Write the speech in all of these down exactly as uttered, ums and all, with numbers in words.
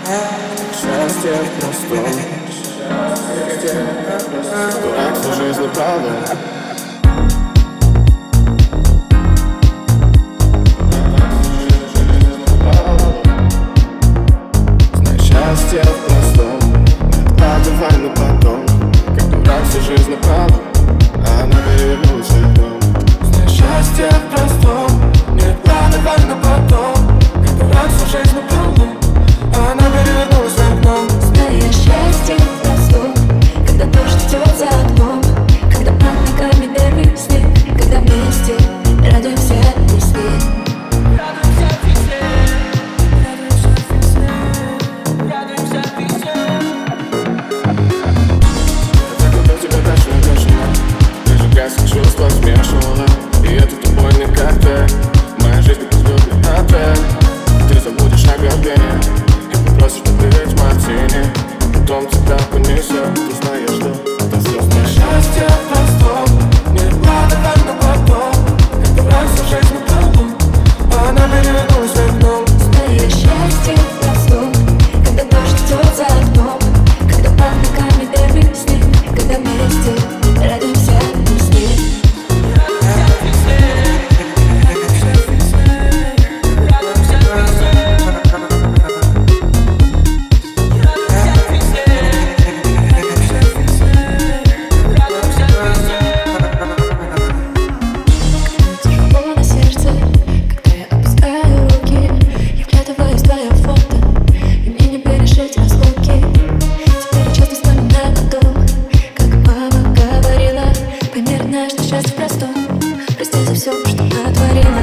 Счастье в простом. Дурак всю жизнь напролом. Знай, счастье в простом. Не откладывай на потом. Как дурак всю жизнь напролом, а она перевернулась в окном. Знай, счастье в простом. Не откладывай на потом. Как дурак всю жизнь напролом, а она перевернулась в окном. Знай, счастье в простом. Когда дождь идет за окном, когда под ногами первый снег, когда вместе радуемся весне. Радуемся весне, радуемся весне, радуемся весне. Я так люблю тебя дальше и дальше, но прижигаясь к чувства смешивала. И это тобой не коктейль. Моя жизнь как безлюдный отель. Ты забудешь о габене и попросишь попить мартини. Потом тебя понесет, ты знаешь, что это все знает. Счастье в простом. Не откладывай на потом. Как дурак всю жизнь напролом, а она перевернулась в окном. Знай, счастье в простом. Когда дождь идет за окном, когда под ногами первый снег, когда вместе радуемся весне. Тяжело на сердце, когда я опускаю руки, я вглядываюсь в твое фото, и мне не пережить разлуки. Теперь я часто вспоминаю о том, как мама говорила: пойми, родная, что счастье в простом. Прости за все, что натворила.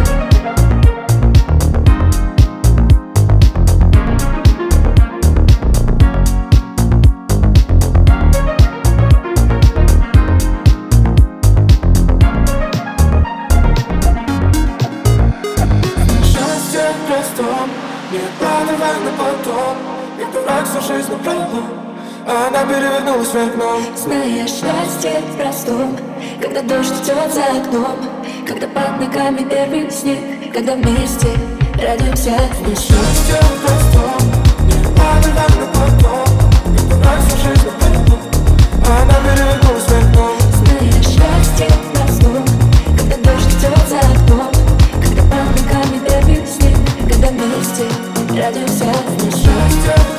Счастье в простом. Не откладывай на потом. Как дурак всю жизнь напролом, а она перевернулась в окном. Зная счастье в простом, когда дождь идет за окном, когда под ногами первый снег, когда вместе радуемся весне. Счастье в простом. Не откладывай на потом. Как дурак всю жизнь напролом, а она перевернулась в окном. Зная счастье в простом, когда дождь идет за окном, когда под ногами первый снег, когда вместе радуемся весне. Счастье в